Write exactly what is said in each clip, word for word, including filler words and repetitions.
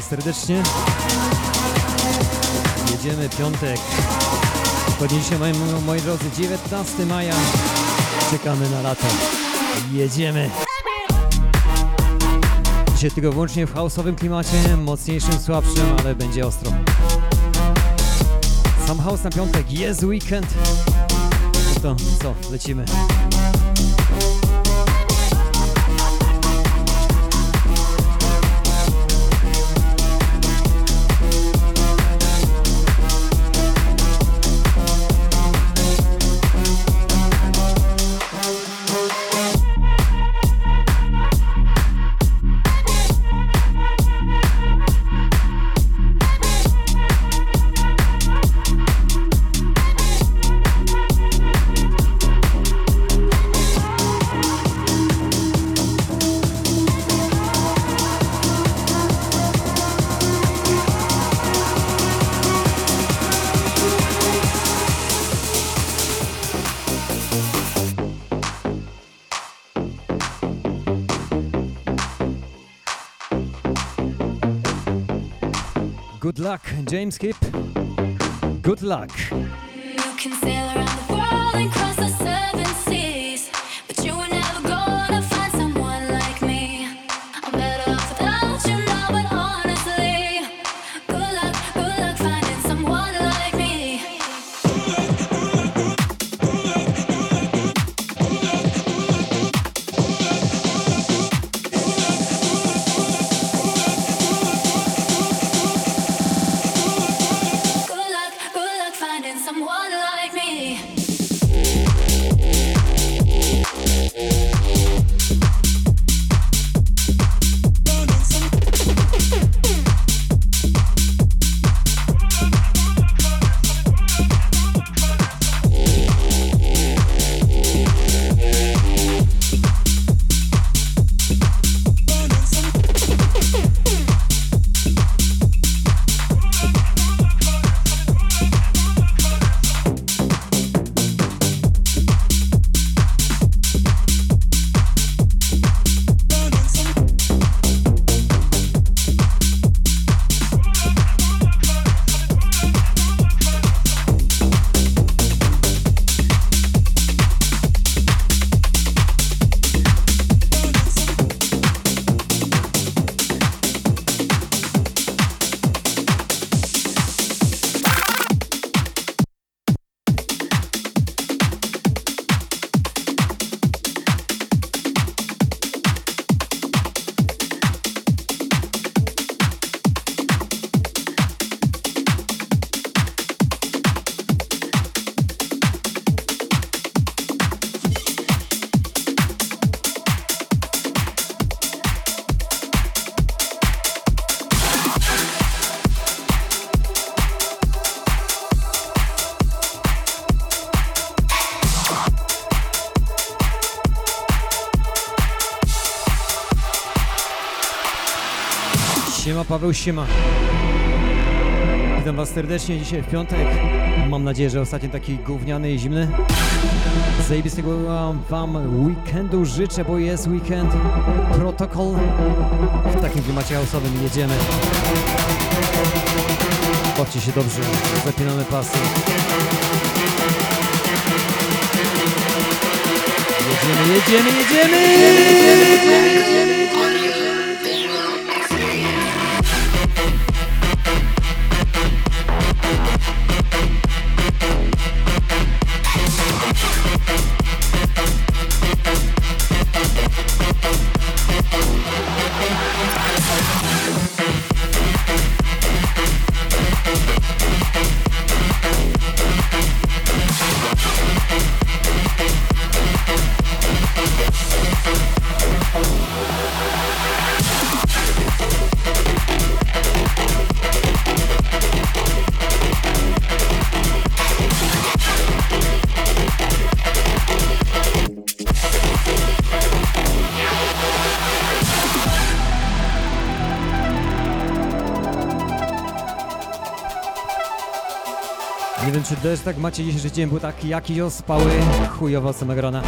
serdecznie. Jedziemy, piątek. Dokładnie dzisiaj, moi, moi drodzy, dziewiętnastego maja. Czekamy na lato. Jedziemy. Dzisiaj tylko wyłącznie w house'owym klimacie, mocniejszym, słabszym, ale będzie ostro. Sam house na piątek, jest weekend. No to co, lecimy. Good luck, James Kipp. Good luck. You can sail around the world and cross the seven seas, but you were never gonna find someone like me. I'm better off without you now, but honestly, good luck, good luck finding someone like me. Good luck, good luck finding someone like me. Siema Paweł, siema. Witam was serdecznie dzisiaj w piątek. Mam nadzieję, że ostatni taki gówniany i zimny. Zajebistego wam weekendu życzę, bo jest weekend. Protokol. W takim klimacie house'owym jedziemy. Bawcie się dobrze, zapinamy pasy. Jedziemy, jedziemy, jedziemy! Jedziemy, jedziemy, jedziemy! Nie wiem, czy też tak macie dzisiejszy dzień, był taki jakiś ospały, chujowo od samego rana.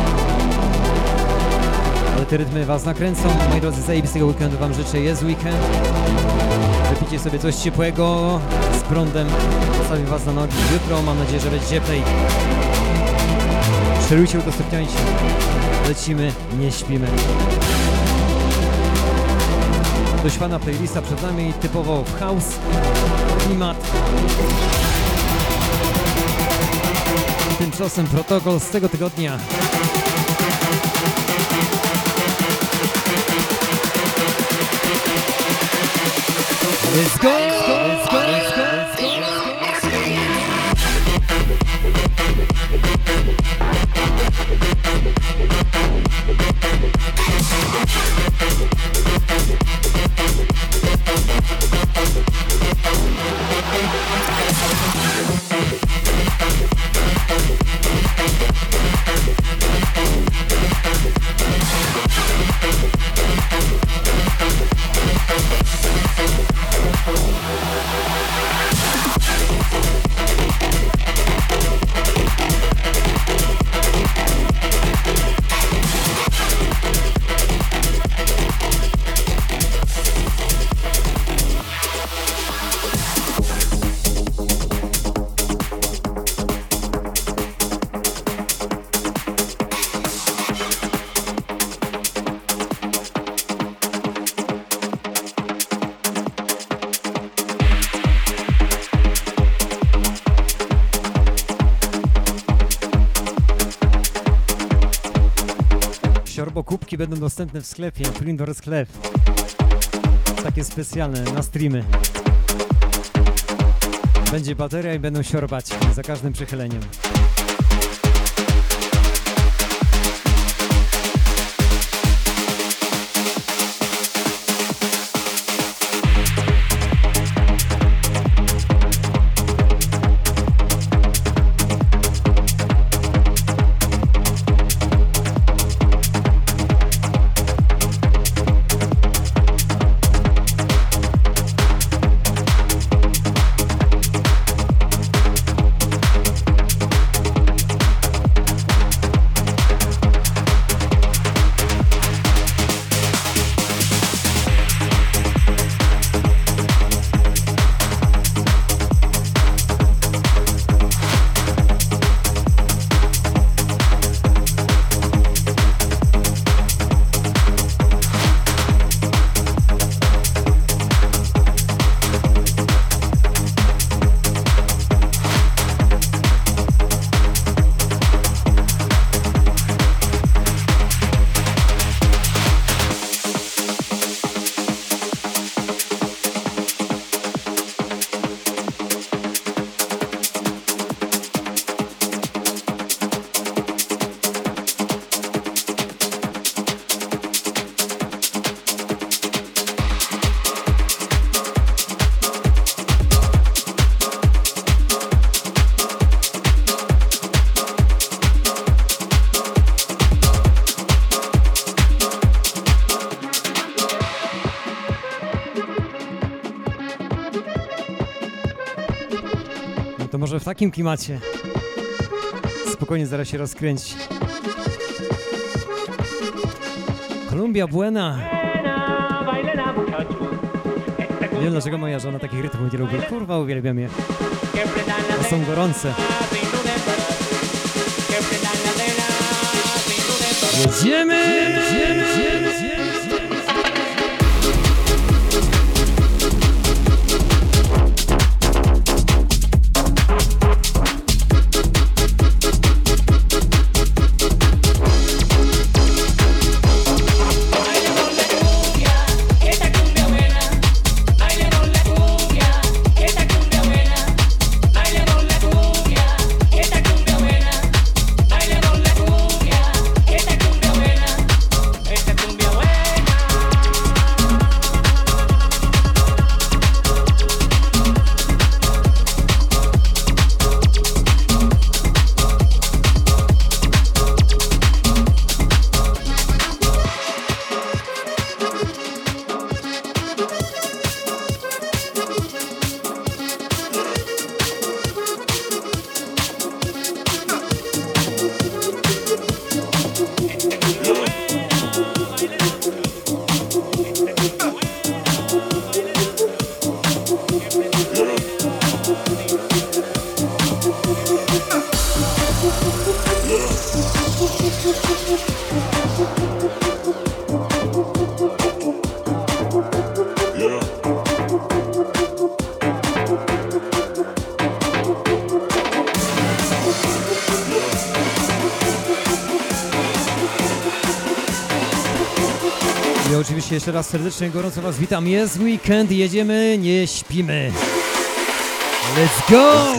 Ale te rytmy was nakręcą. Moi drodzy, zajebistego weekendu wam życzę. Jest weekend. Wyśpijcie sobie coś ciepłego z prądem, postawi was na nogi. Jutro mam nadzieję, że będzie cieplej. Szerujcie, udostępniajcie. Lecimy, nie śpimy. Dość fajna playlista przed nami, typowo w house, klimat. Tymczasem protokol z tego tygodnia. Let's go! Let's go! Let's go! Let's go! Kubki będą dostępne w sklepie, Prindor sklep. Takie specjalne na streamy. Będzie bateria i będą siorbać za każdym przychyleniem. To może w takim klimacie spokojnie zaraz się rozkręci. Columbia Buena. Nie wiem dlaczego moja żona takich rytmów nie lubi. Kurwa, uwielbiam je. A są gorące. Jedziemy! Jedziemy! Jedziemy! Esta cumbia oczywiście jeszcze raz serdecznie gorąco Was witam. Jest weekend, jedziemy, nie śpimy. Let's go!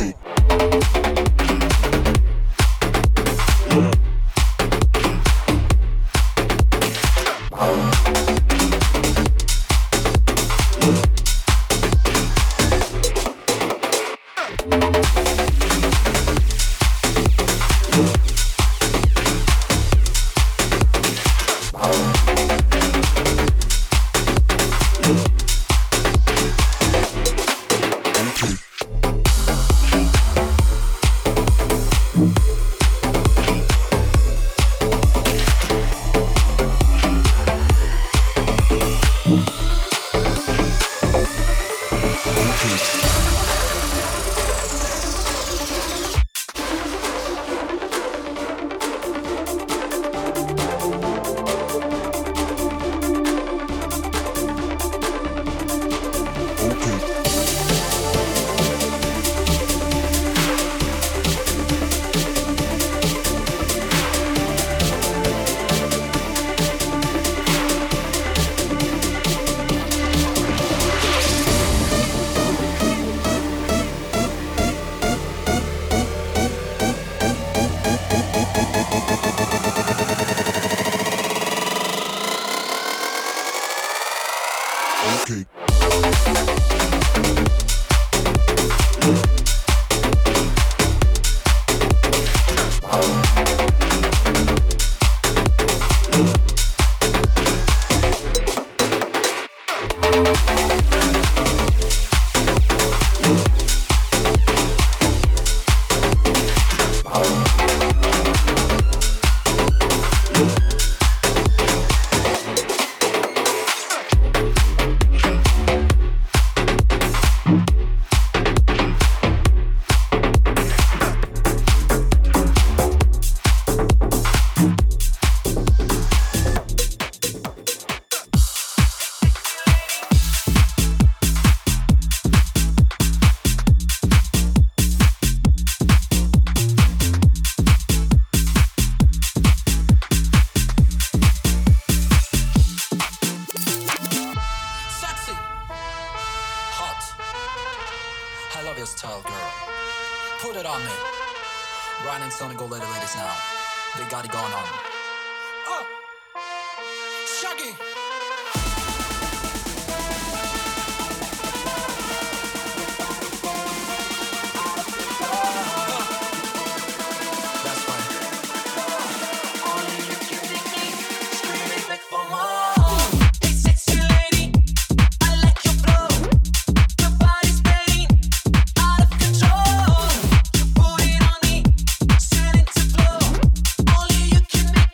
Only you can make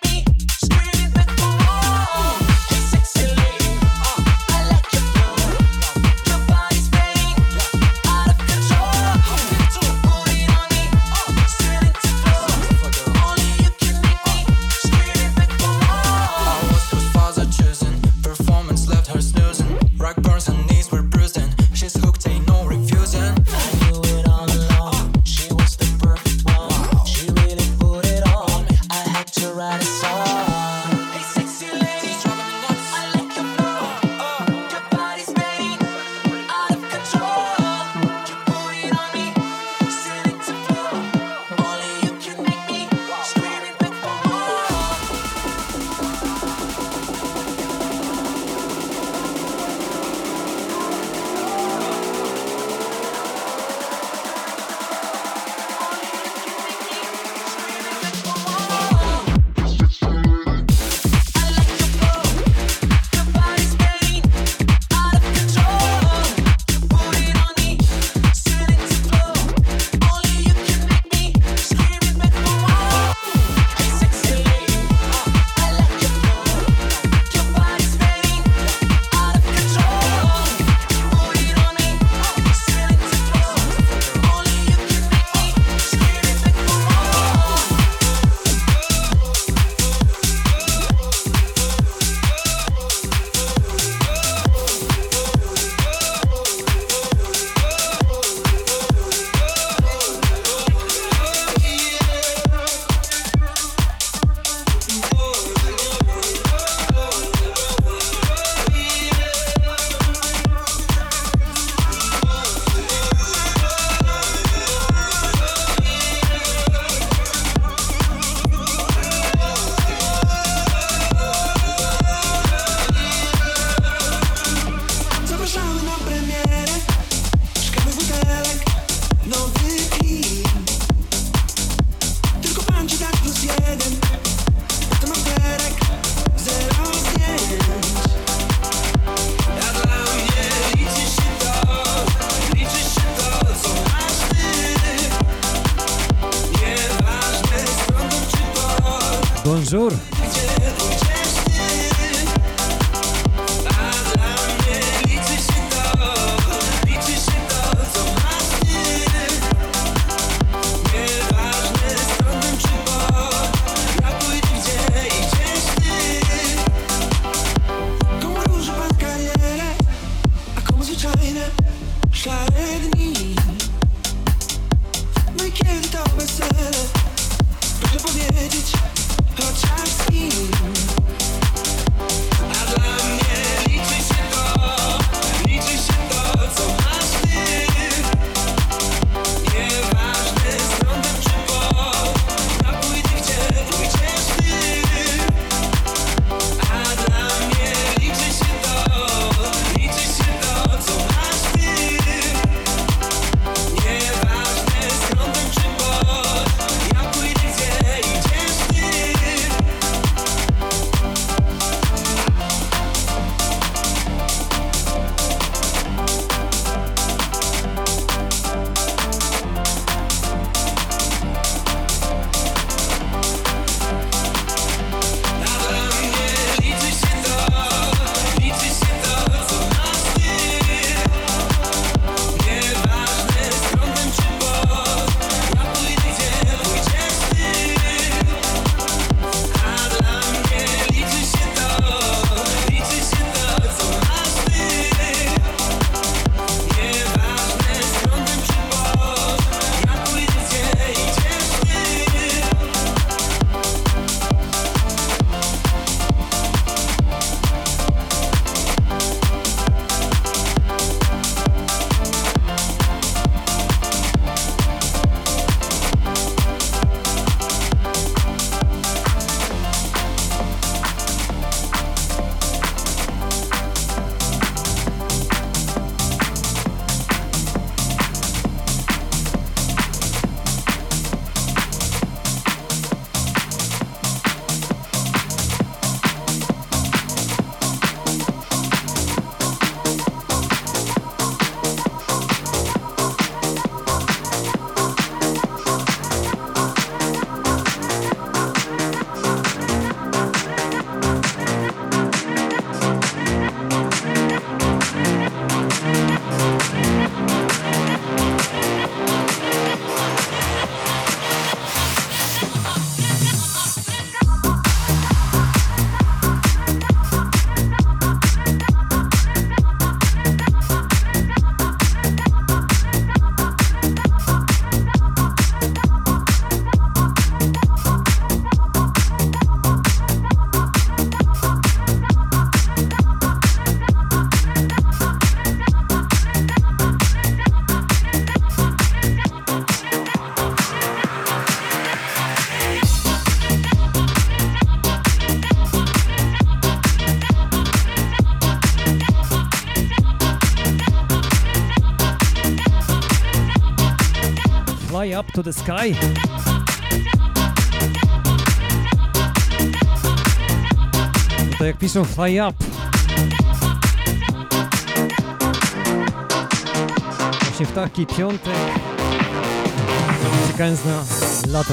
bonjour. Szare dni. No i kiedy to wesele, proszę powiedzieć chociaż z kim. A dla mnie liczy się to, liczy się to, co masz ty. Nieważne z lądem czy pod, ja pójdę gdzie pójdziesz ty. A dla mnie liczy się to, liczy się to, co masz ty. Nieważne z lądem czy pod, ja pójdę gdzie idziesz ty. A dla mnie liczy się to, liczy się to, co masz ty. Nieważne z lądem czy pod, ja pójdę gdzie pójdziesz ty. A dla mnie liczy się to, liczy się to, co masz ty. Nieważne z lądem czy pod, ja pójdę gdzie idziesz ty. Fly up to the sky. To jak piszą fly up. Właśnie w taki piątek, czekając na lato.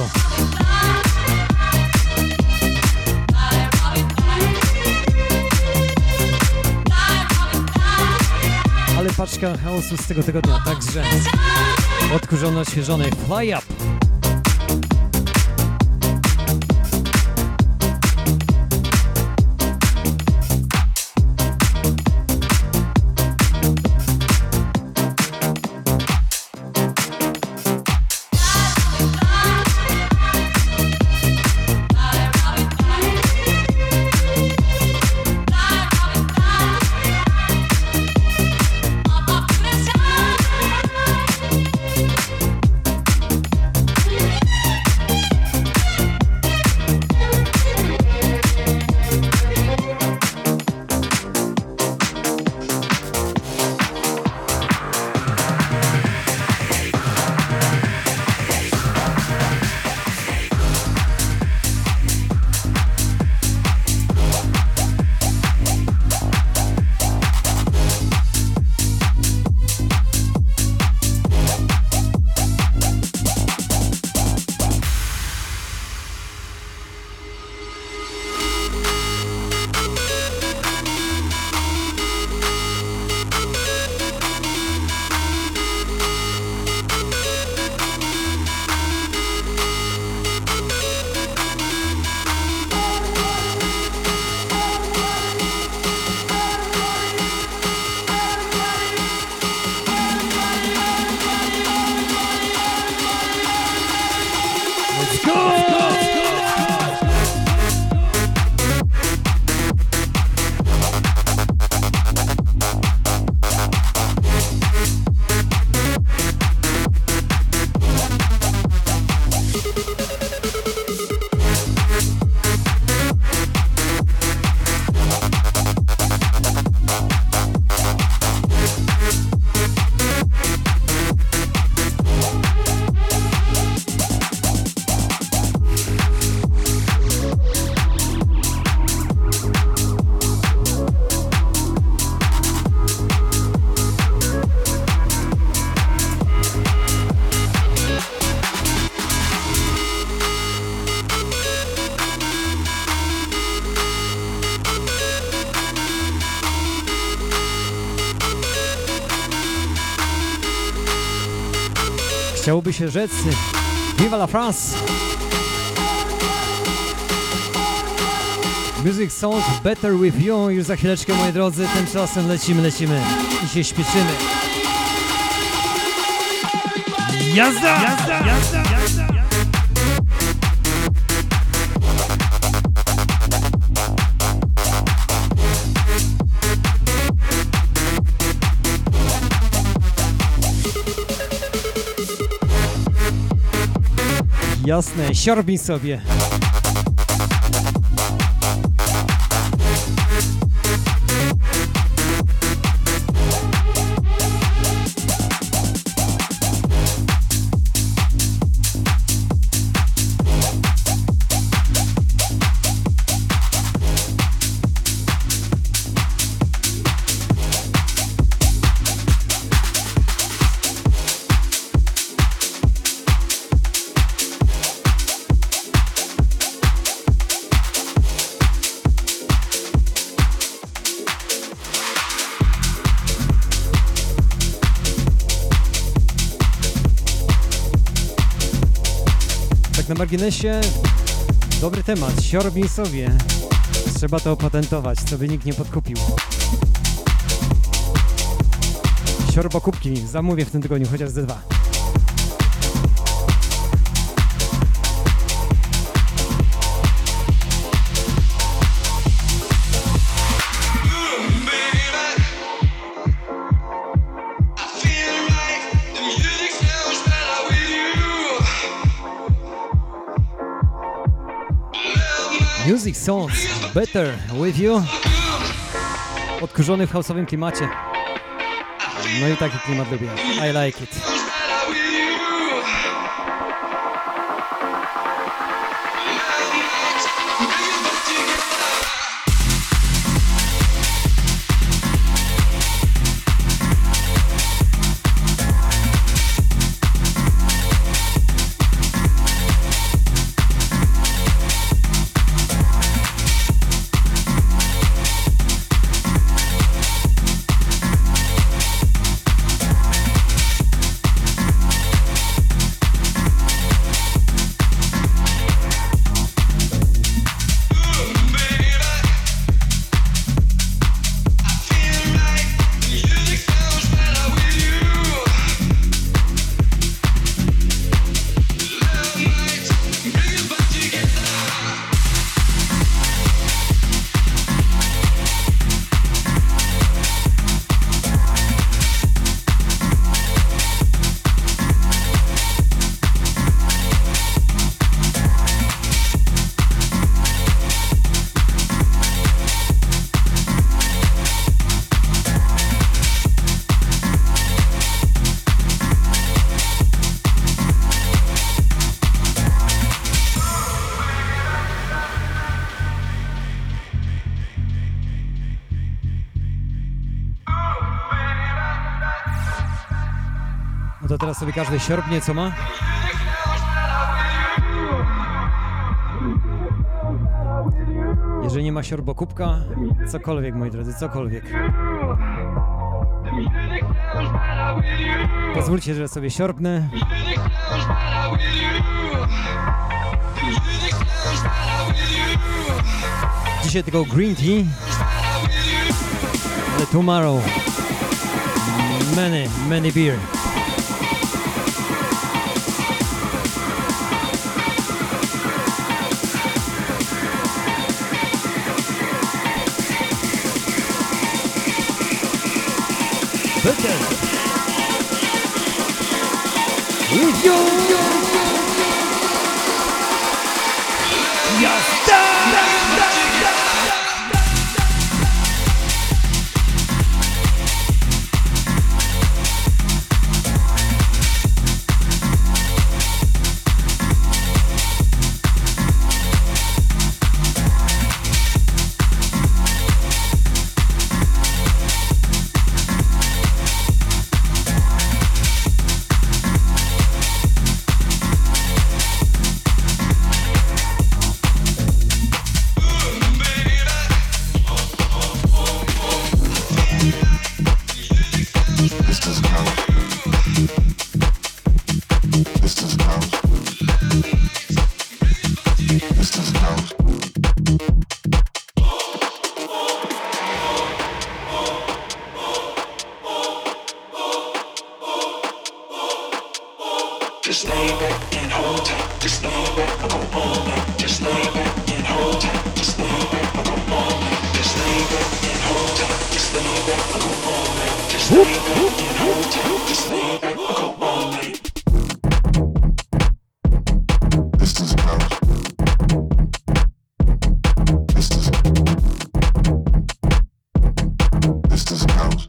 Ale paczka chaosu z tego tygodnia, także odkurzony, odświeżony fly up. Let's go! Chciałoby się rzec, Viva la France! Music Sound Better With You. Już za chwileczkę, moi drodzy, tymczasem lecimy, lecimy i się śpieszymy. Jazda! Jazda! Jazda! Jazda! Jasne, siorbij sobie. Na marginesie, dobry temat, siorbij sobie. Trzeba to opatentować, co by nikt nie podkupił. Siorbokubki zamówię w tym tygodniu, chociaż ze dwa. Music Sounds Better With You. Odkurzony w house'owym klimacie. No i taki klimat lubię. I like it. No to teraz sobie każdy siorbnie, co ma. Jeżeli nie ma siorbokubka, cokolwiek, moi drodzy, cokolwiek. Pozwólcie, że sobie siorbnę. Dzisiaj tylko green tea, ale tomorrow many, many beer. Orchestra. With you. Jazda! Just lay back and hold tight. Just lay back, I go all night. Just lay back and hold tight. Just lay back, I go all night. Just lay back and hold tight. Just lay back, I go all night. Just lay back and hold tight. Just lay back, I go all night. This is house. This is. This is house.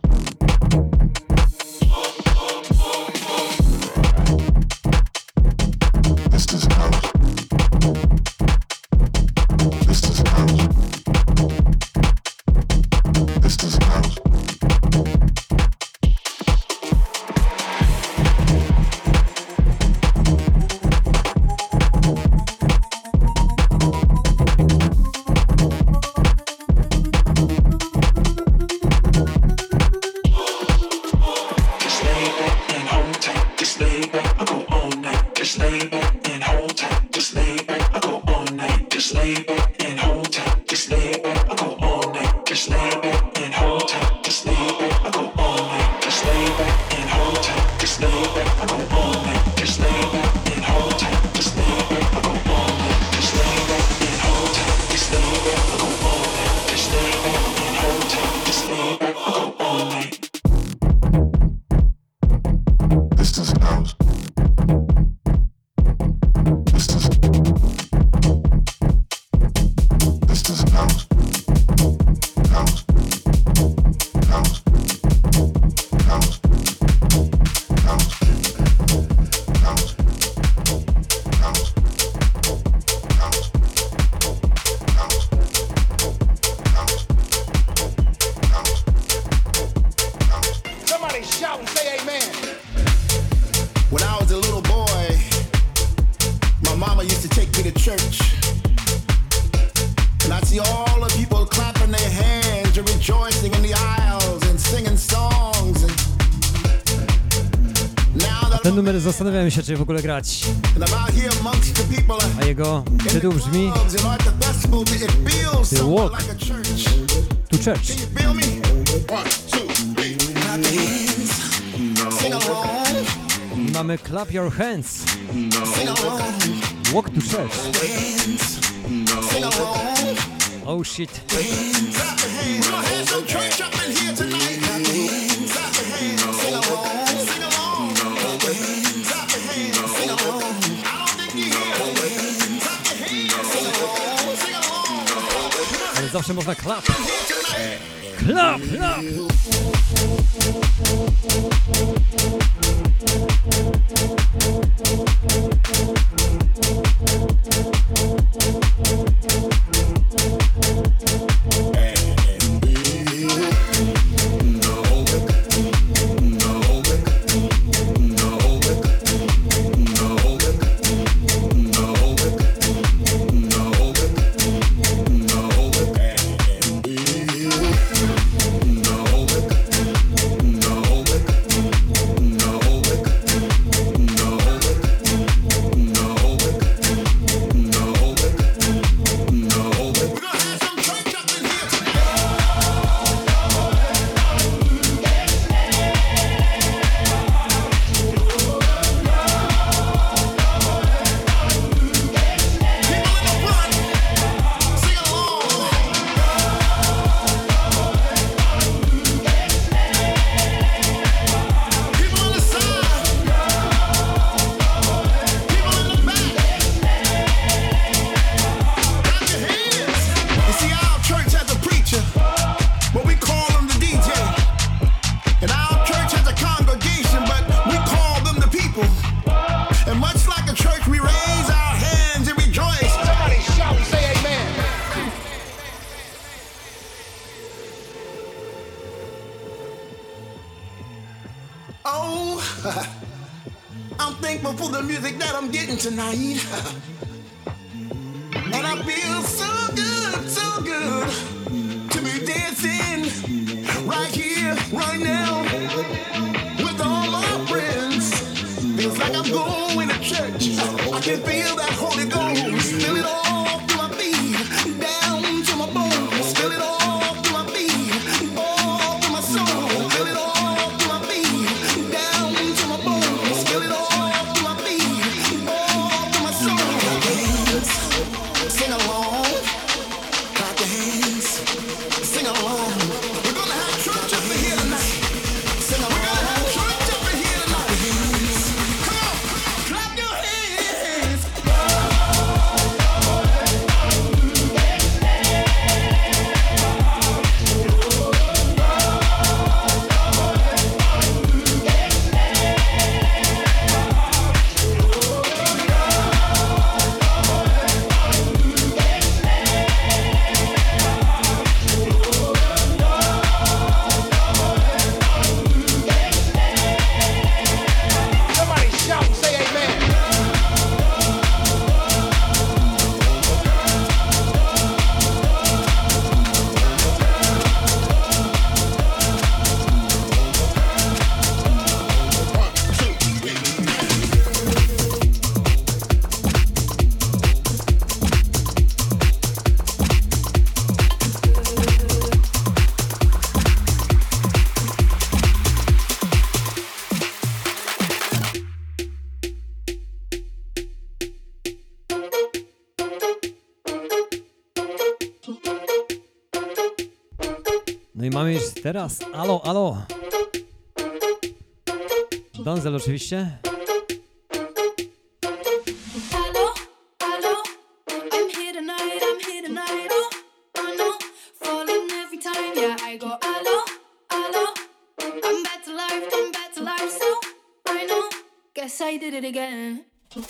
Ten numer zastanawiałem się, czy w ogóle grać. A jego tytuł brzmi The Walk to Church. I mamy Clap Your Hands. Walk to Church. Oh shit. Ale zawsze można klap. Klap, klap. much like a church, we raise our hands and rejoice. Somebody shout and say amen. Oh, I'm thankful for the music that I'm getting tonight. And I feel so good, so good to be dancing right here, right now with all my friends. Feels like I'm going to church. I can feel that Holy Ghost. Feel it all through my feet, down to my bones. Feel it all through my feet, all through my soul. Feel it all through my feet, down to my bones. Feel it all through my feet, all through my soul. Dance, sing along, clap your hands, sing along. We're gonna have church up in here tonight. Sing along. We're gonna have church up in here tonight. Come on, clap your hands. Somebody shout and say amen. No i mamy już teraz, alo, alo. Donzel oczywiście. Hello, hello, I'm here tonight, I'm here tonight, oh, I know, falling every time, yeah, I go, hello, hello, I'm back to life, I'm back to life, so, I know, guess I did it again.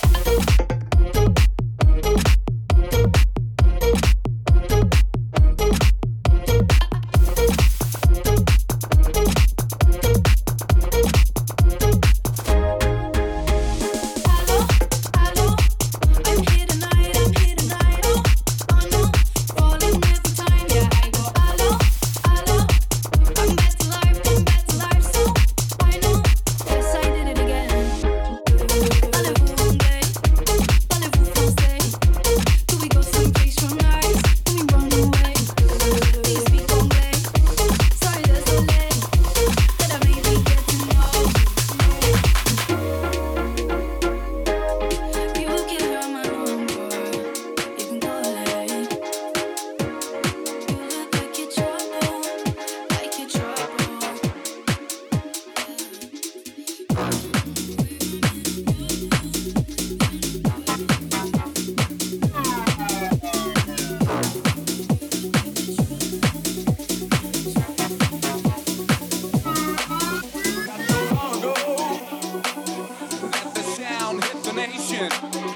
Hello, hello, I'm here tonight, I'm here tonight, oh, I know, falling every time, yeah, I go, hello, hello, I'm back to life, I'm back to life, so, I know, guess I did it again. Parlez-vous anglais? Parlez-vous français? Do we go someplace so nice? Do we run away? Do you speak anglais? Sorry, désolé, that I maybe get to know. You can have my number, you can call it. You look like you're trouble, like you're trouble. Let the sound hit the nation.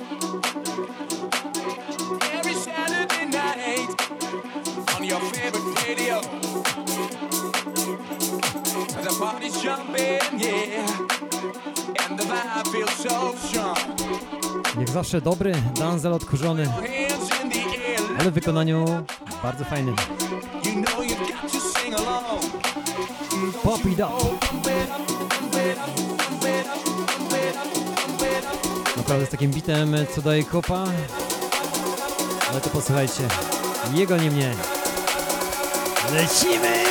Every Saturday night on your favorite radio. The party's jumping, yeah, and the vibe feels so strong. Jak zawsze dobry, Donzel odkurzony, Hands in the air, ale w wykonaniu bardzo fajnym. you know you got to sing along. Pop it up. Naprawdę z takim bitem, co daje kopa. Ale to posłuchajcie, jego nie mnie. Lecimy!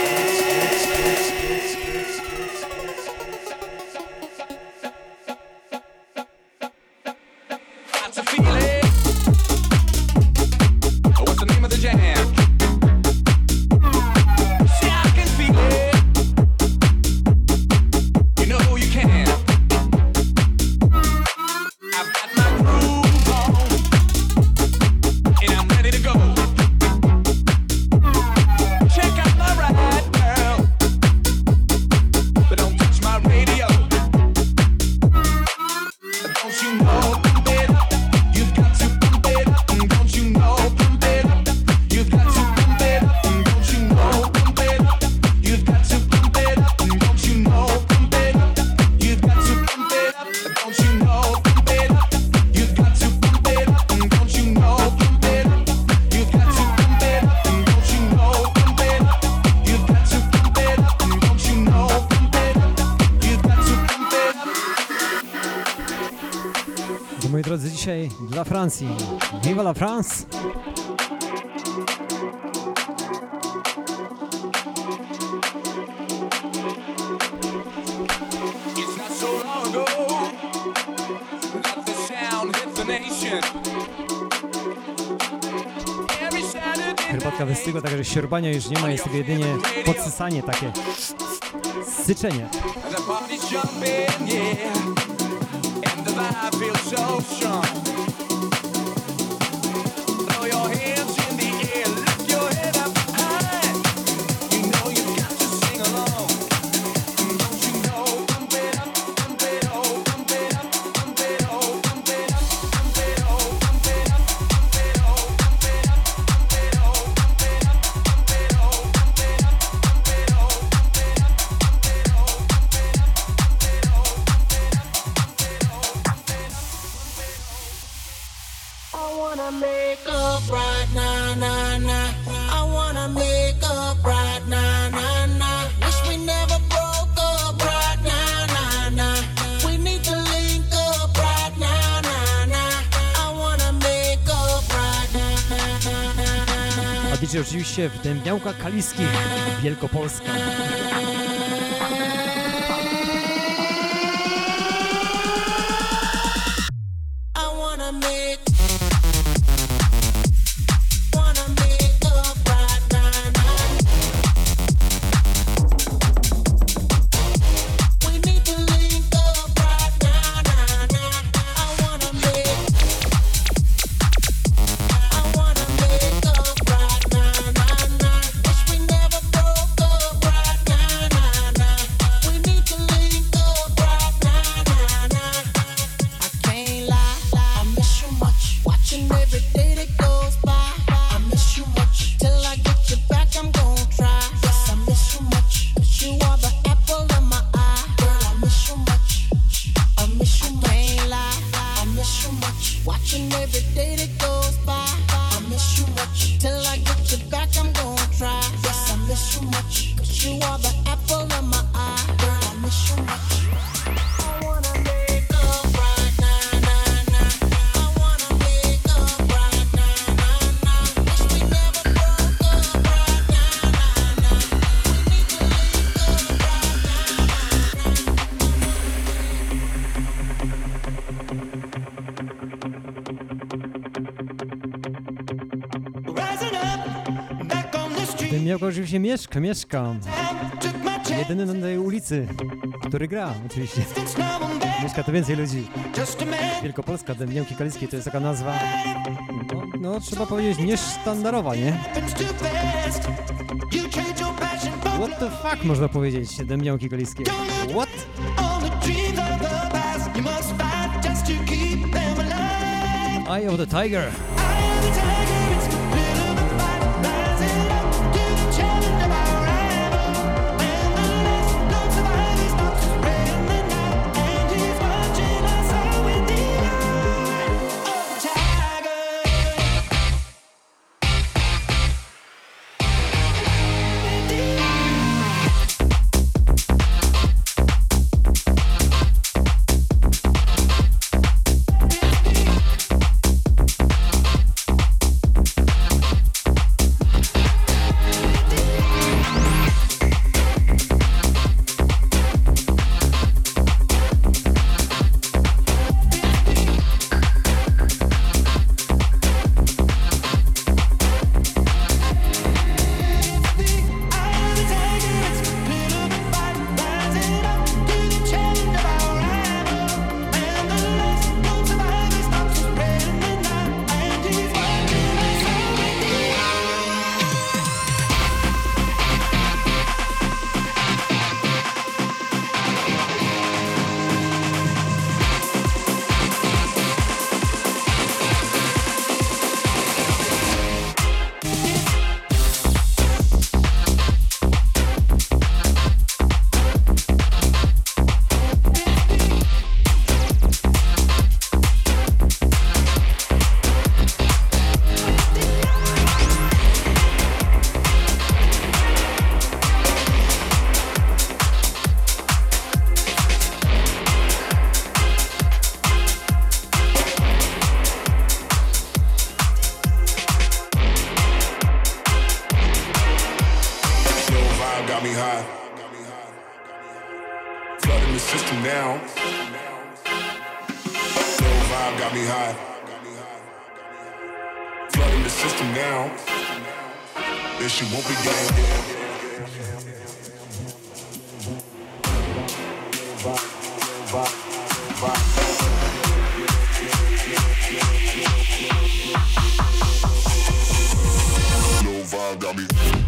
Got to feel it. What's the name of the jam? See, I can feel it. You know you can. I've got my groove on, and I'm ready to go. Check out my ride, girl, but don't touch my radio. Don't you know dzisiaj dla Francji. Viva la France! It's not so long ago that the sound hit the nation. Every Saturday Herbatka wystygła, także siorbania już nie ma, jest tylko jedynie podsysanie takie. Syczenie. the party's jumping, yeah, and the vibe feels so strong. Throw your hands in the air, lift your head up high. You know you've got to sing along. Don't you know? Pump it up, pump it oh, pump it up, pump it oh, pump it up, pump it oh, pump it up, pump it oh, pump it up, pump it oh, pump it up, pump it oh, pump it up, pump it oh, pump it up, pump it oh, pump it up, pump it oh, pump it up, pump it oh, pump it up. I wanna make up right now, nah, nah. I wanna make up right now, nah, nah. Wish we never broke up right now, nah, nah. We need to link up right now, nah, nah. I wanna make up right now, nah, nah, nah. A D J oczywiście w Dębniałkach Kaliskich, Wielkopolska. I wanna make wanna make up right now, nah. We need to link up right now, nah, nah. I wanna make I wanna make up right now, nah, nah. Wish we never broke up right now, nah, nah. We need to link up right now, nah, nah. I can't lie, I miss you much. Watching every day that goes by, I miss you much. Till I get you back, I'm gonna try. Yes, I miss you much. 'Cause you are the apple of my eye. Girl, I miss you much. I miss you much. Can't lie, I miss you much. Watching every day that goes by, I miss you much. Till I get you back, I'm gonna try. Yes, I miss you much. 'Cause you are the apple of my eye. Girl, I miss you much. I wanna make up right now, nah, nah. I wanna make up right now, nah, nah. Wish we never broke up right now, nah, nah. We need to link up right now, nah, nah. W Dębniałkach oczywiście mieszka, mieszka. Jedyny na tej ulicy, który gra oczywiście. Mieszka to więcej ludzi. Wielkopolska, Dębniałki Kaliskie to jest taka nazwa, no, no trzeba powiedzieć niesztandarowa, nie? What the fuck można powiedzieć, Dębniałki Kaliskie? What? Eye of the Tiger. now. Low vibe got me high. Flooding the system now. Then she won't be game. Low vibe got me.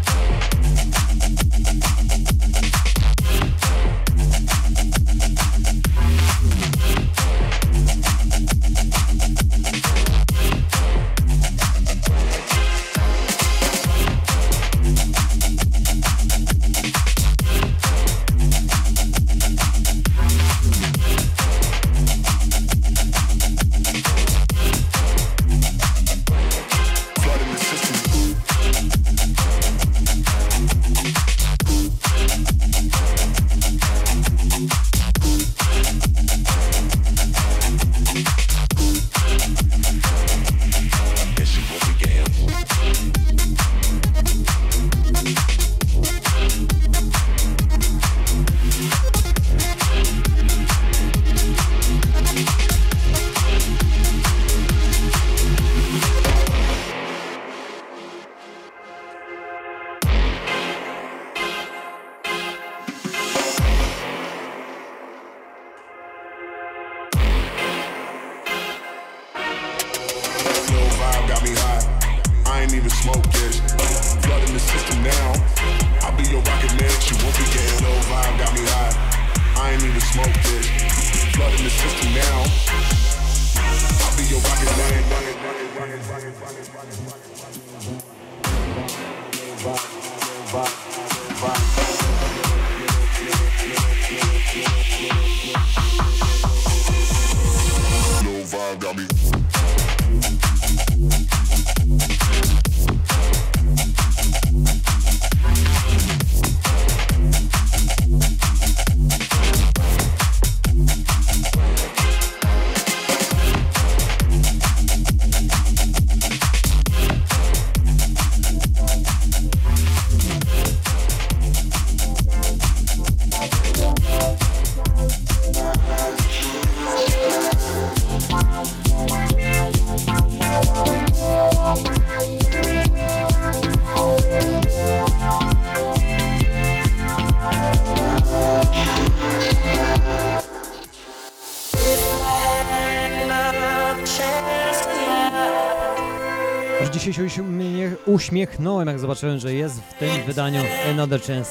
Dzisiaj się uśmiech, uśmiechnąłem, jak zobaczyłem, że jest w tym wydaniu Another Chance.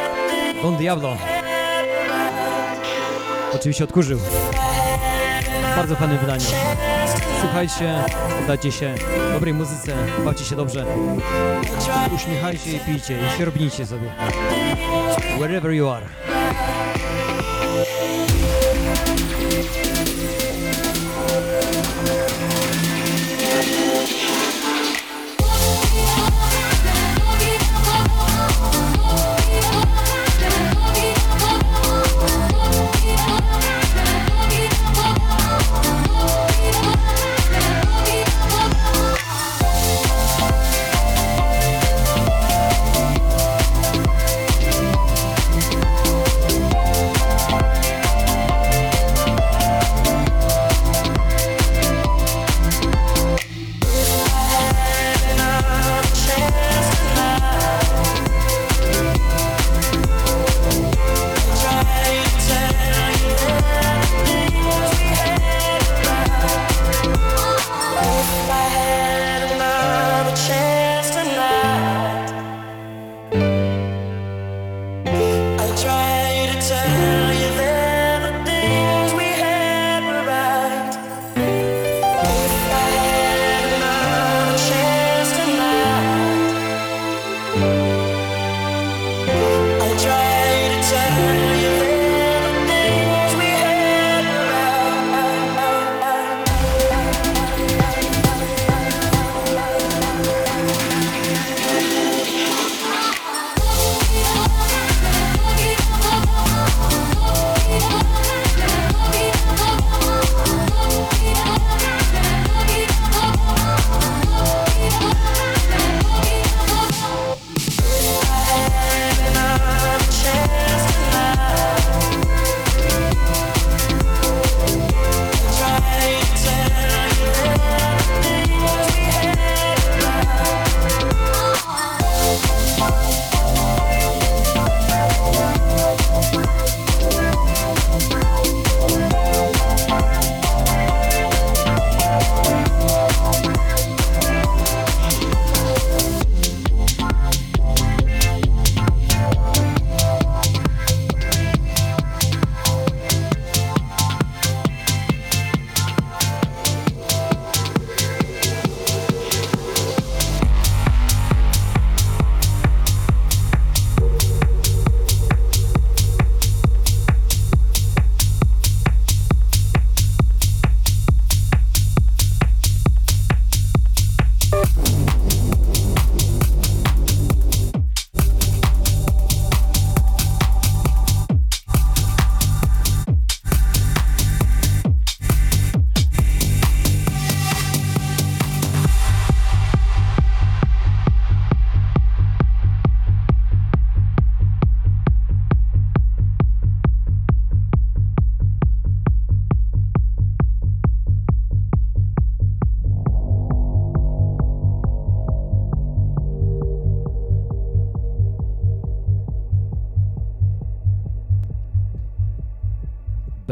Don Diablo. Oczywiście odkurzył. W bardzo fajnym wydaniu. Słuchajcie, dajcie się dobrej muzyce, bawcie się dobrze. Uśmiechajcie i pijcie i sierobnijcie sobie. Wherever you are.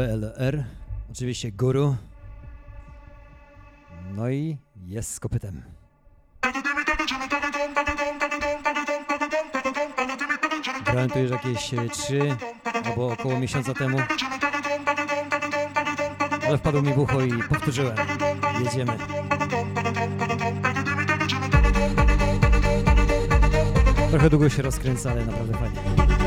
P L R, oczywiście Guru, no i jest z kopytem. Grałem tu już jakieś trzy albo około miesiąca temu, ale wpadło mi w ucho i powtórzyłem. Jedziemy. Trochę długo się rozkręca, ale naprawdę fajnie.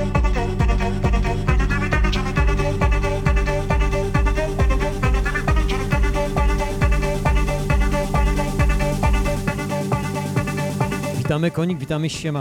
Witamy Konik, witamy Siema.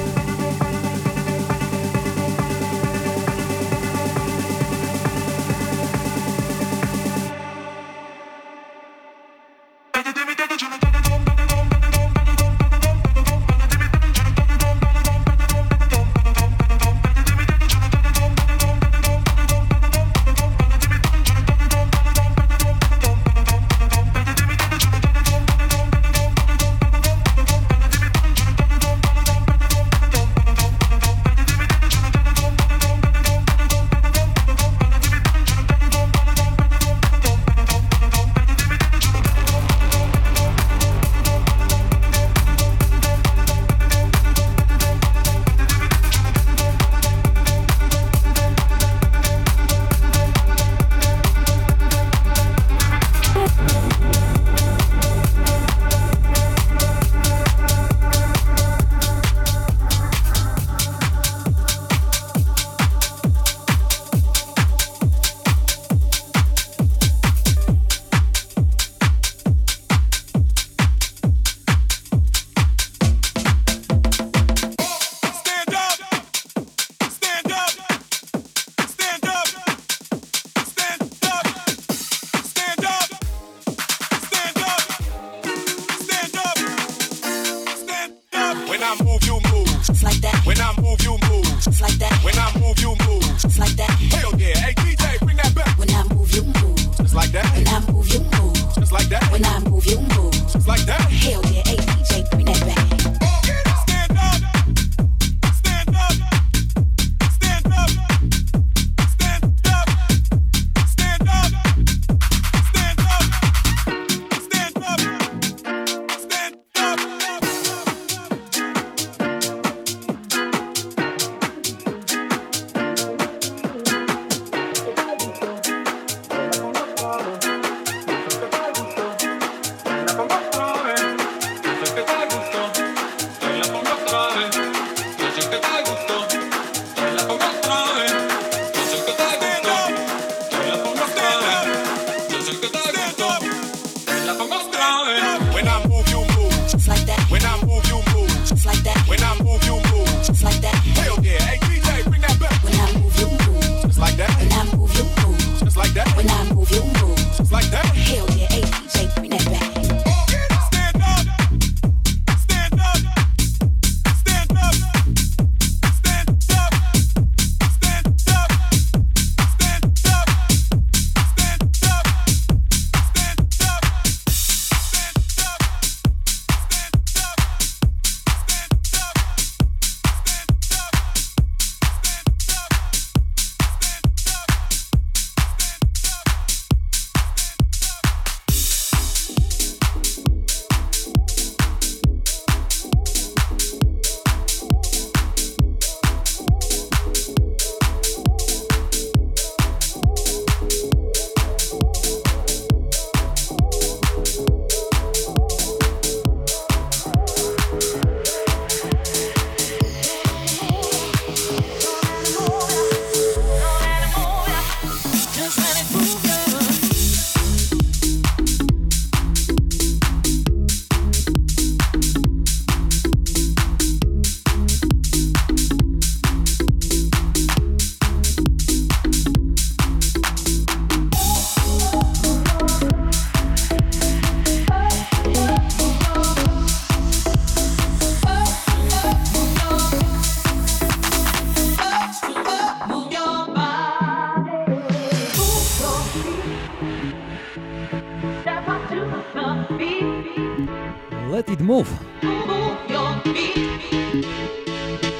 Let it move.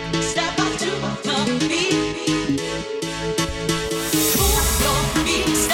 Step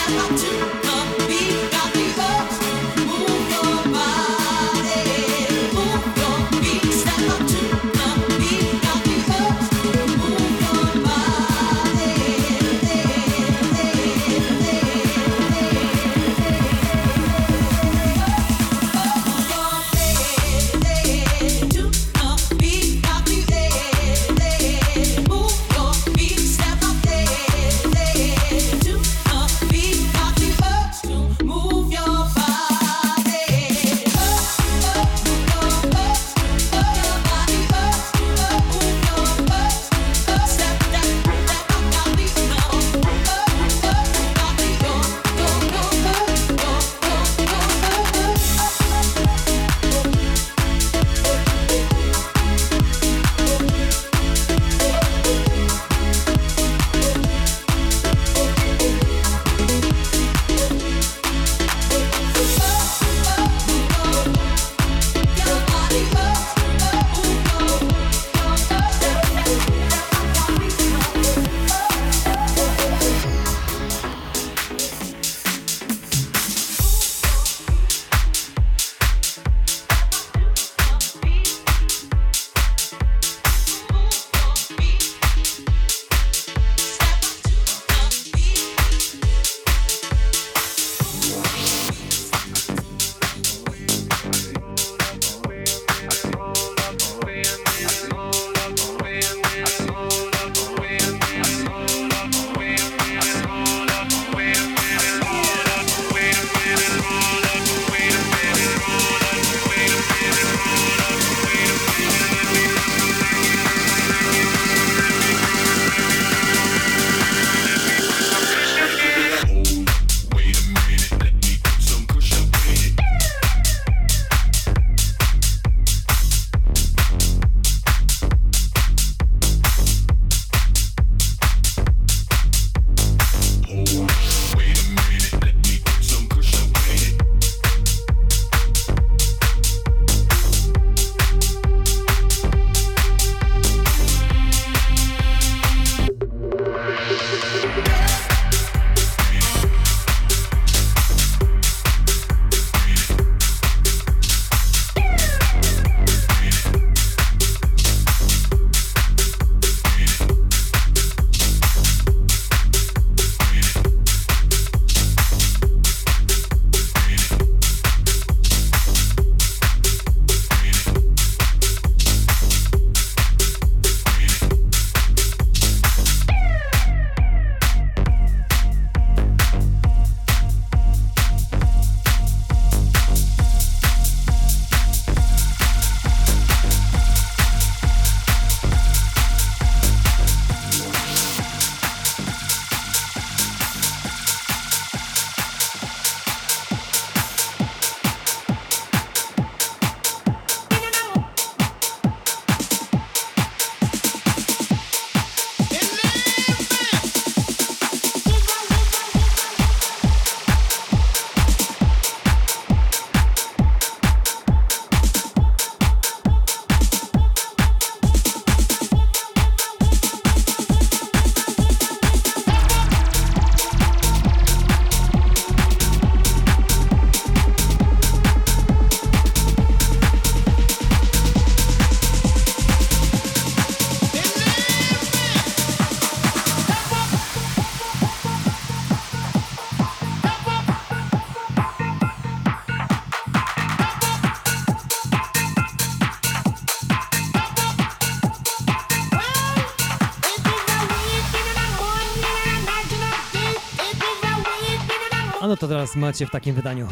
No to teraz macie w takim wydaniu.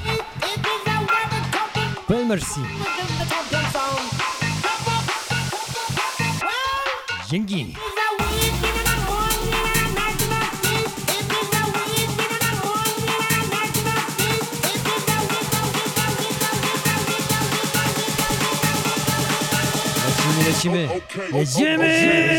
Pearl Mercy. Dzięki. Lecimy, lecimy. Jedziemy!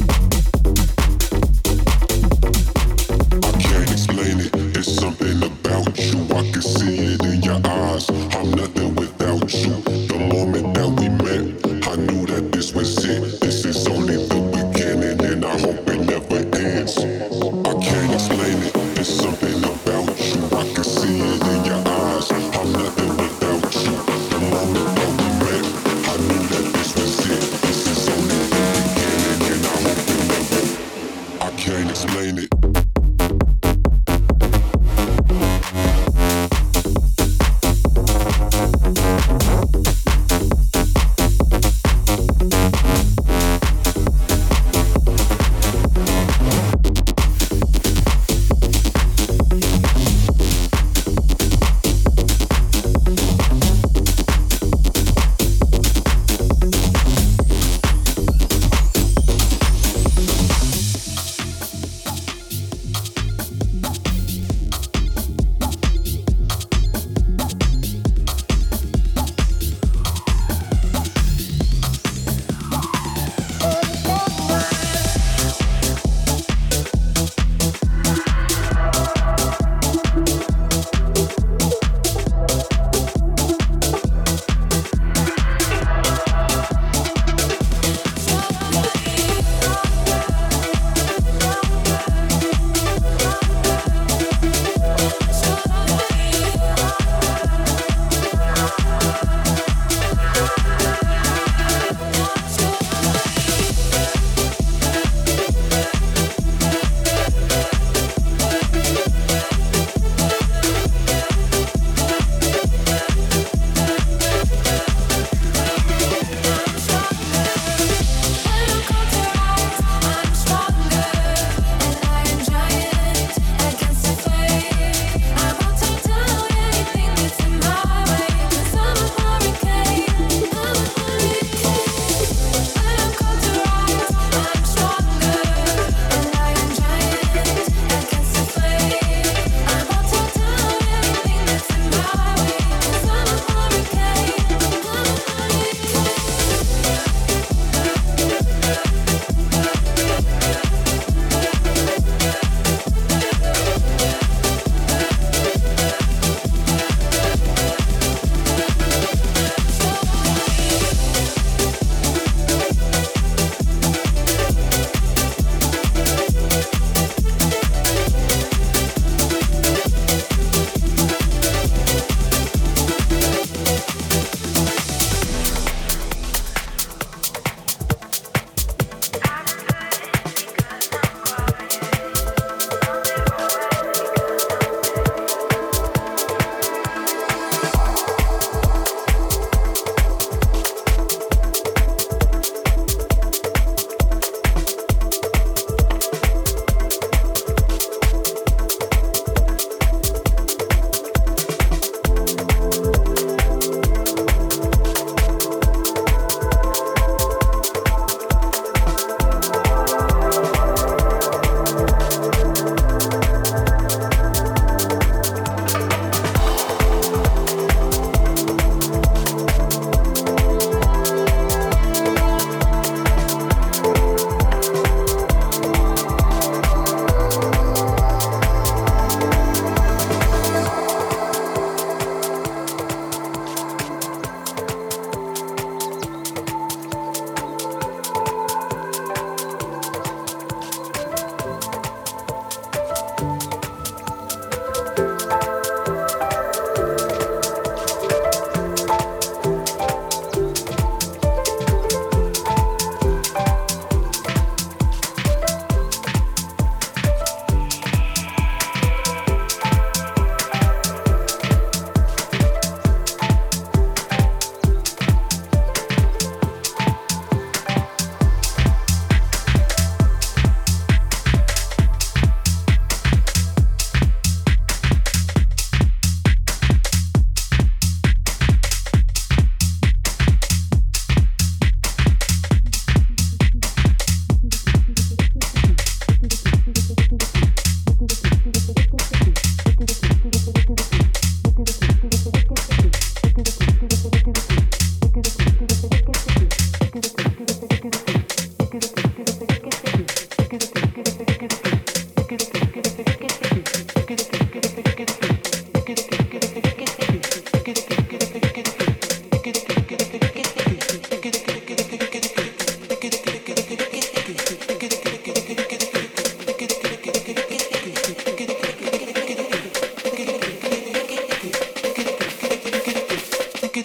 Something about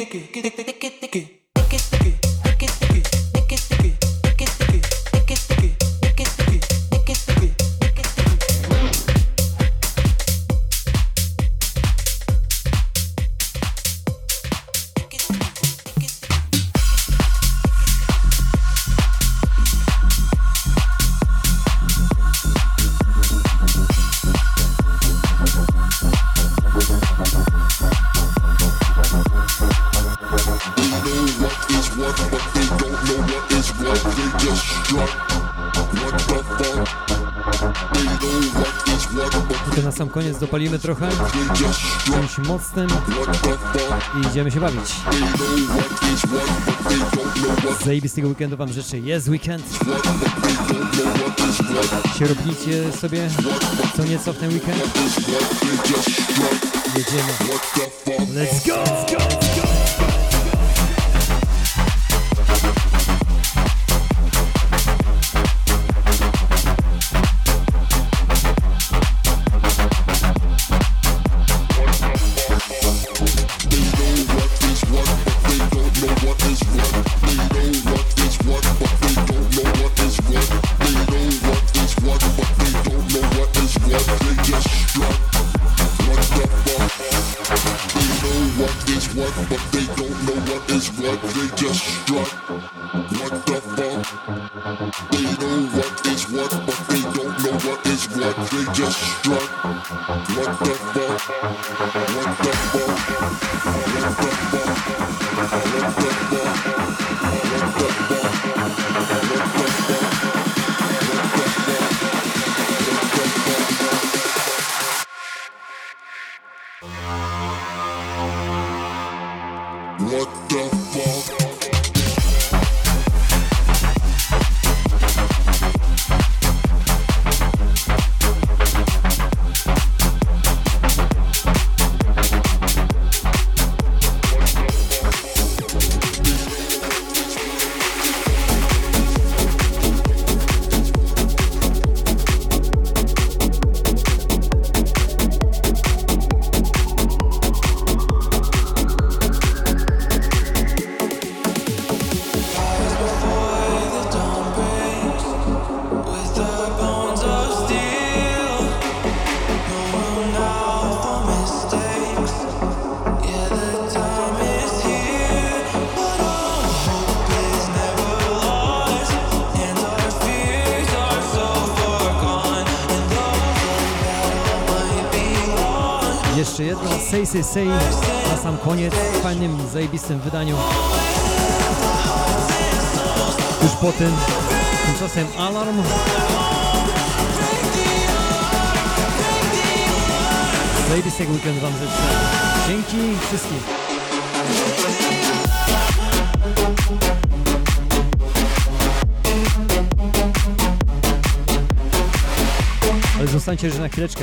I to na sam koniec dopalimy trochę czymś mocnym i idziemy się bawić. Zajebistego weekendu wam życzę. Jest weekend. Sierobnijcie sobie co nieco w ten weekend. Jedziemy. Let's go! Let's go! Let's go! Jeszcze jedno Say Say Say na sam koniec w fajnym, zajebistym wydaniu. Już po tym, tymczasem Alarm. Zajebistego weekendu wam życzę. Dzięki wszystkim. Ale zostańcie jeszcze na chwileczkę.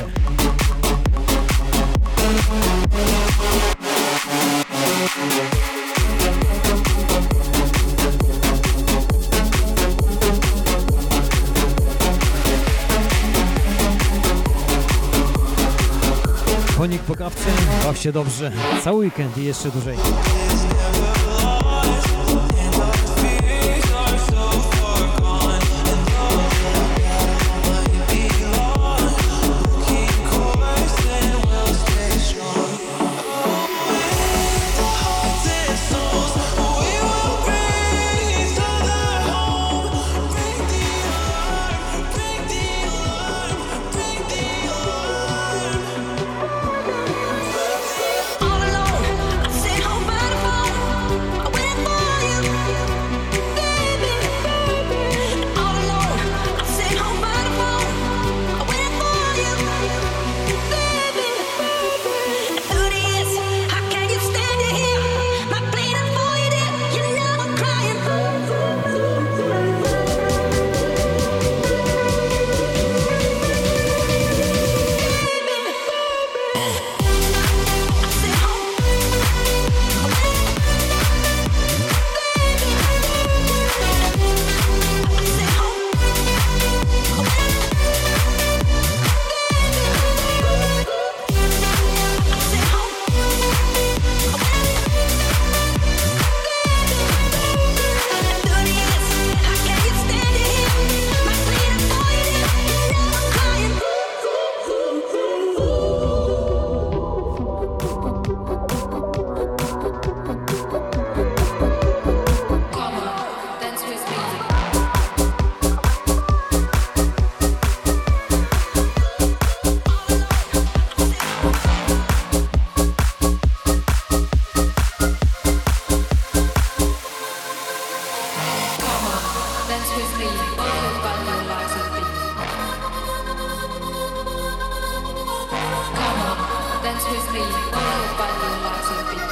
Konik po kawce, baw się dobrze. Cały weekend i jeszcze dłużej. All alone, I sit home by the phone. me, move your body along to the beat.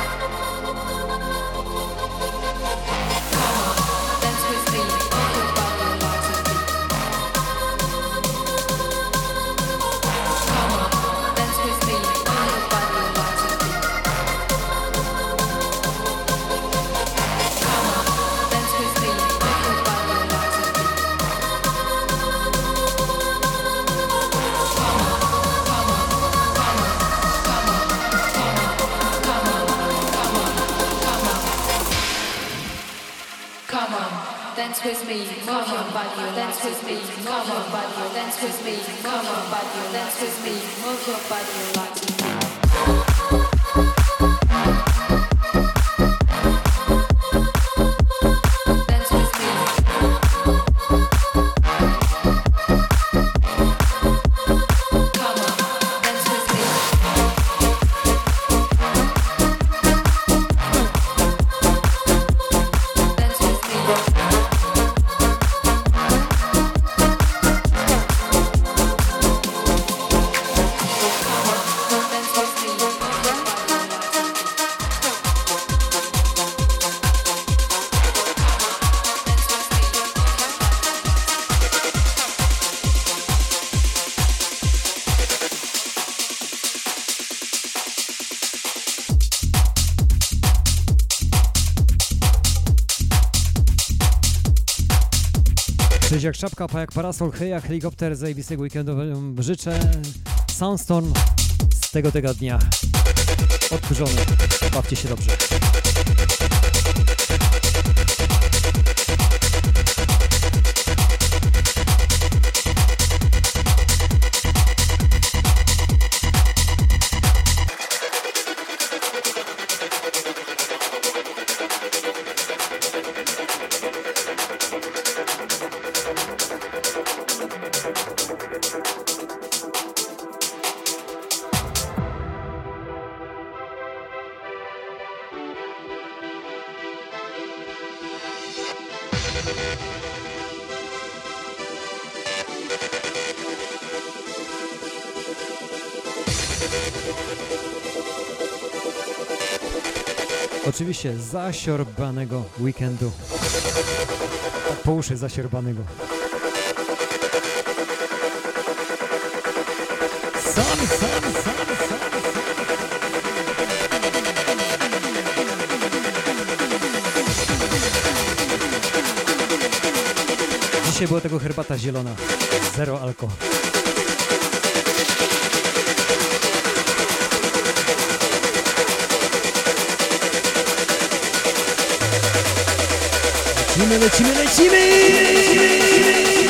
Come on, dance with me, move your body along to the beat. Come on, dance with me, move your body along to the beat. Come on, dance with me, move your body along to the beat. Come on, dance with me, move your body, dance with me, move your body, dance with me, move your body, dance with me, move your body, like to me. Dance with me. Come on, dance with me. Dance with me. Dance with me. Cześć jak czapka, pa jak parasol, hej jak helikopter, zajebistego weekendu życzę. Soundstorm z tego tego dnia. Odkurzony, bawcie się dobrze. Oczywiście zasiorbbanego weekendu. Tak po uszy zasiorbbanego. Sam, sam, sam, sam, sam. Dzisiaj była tego herbata zielona. Zero alko. Lecimy, lecimy, lecimy!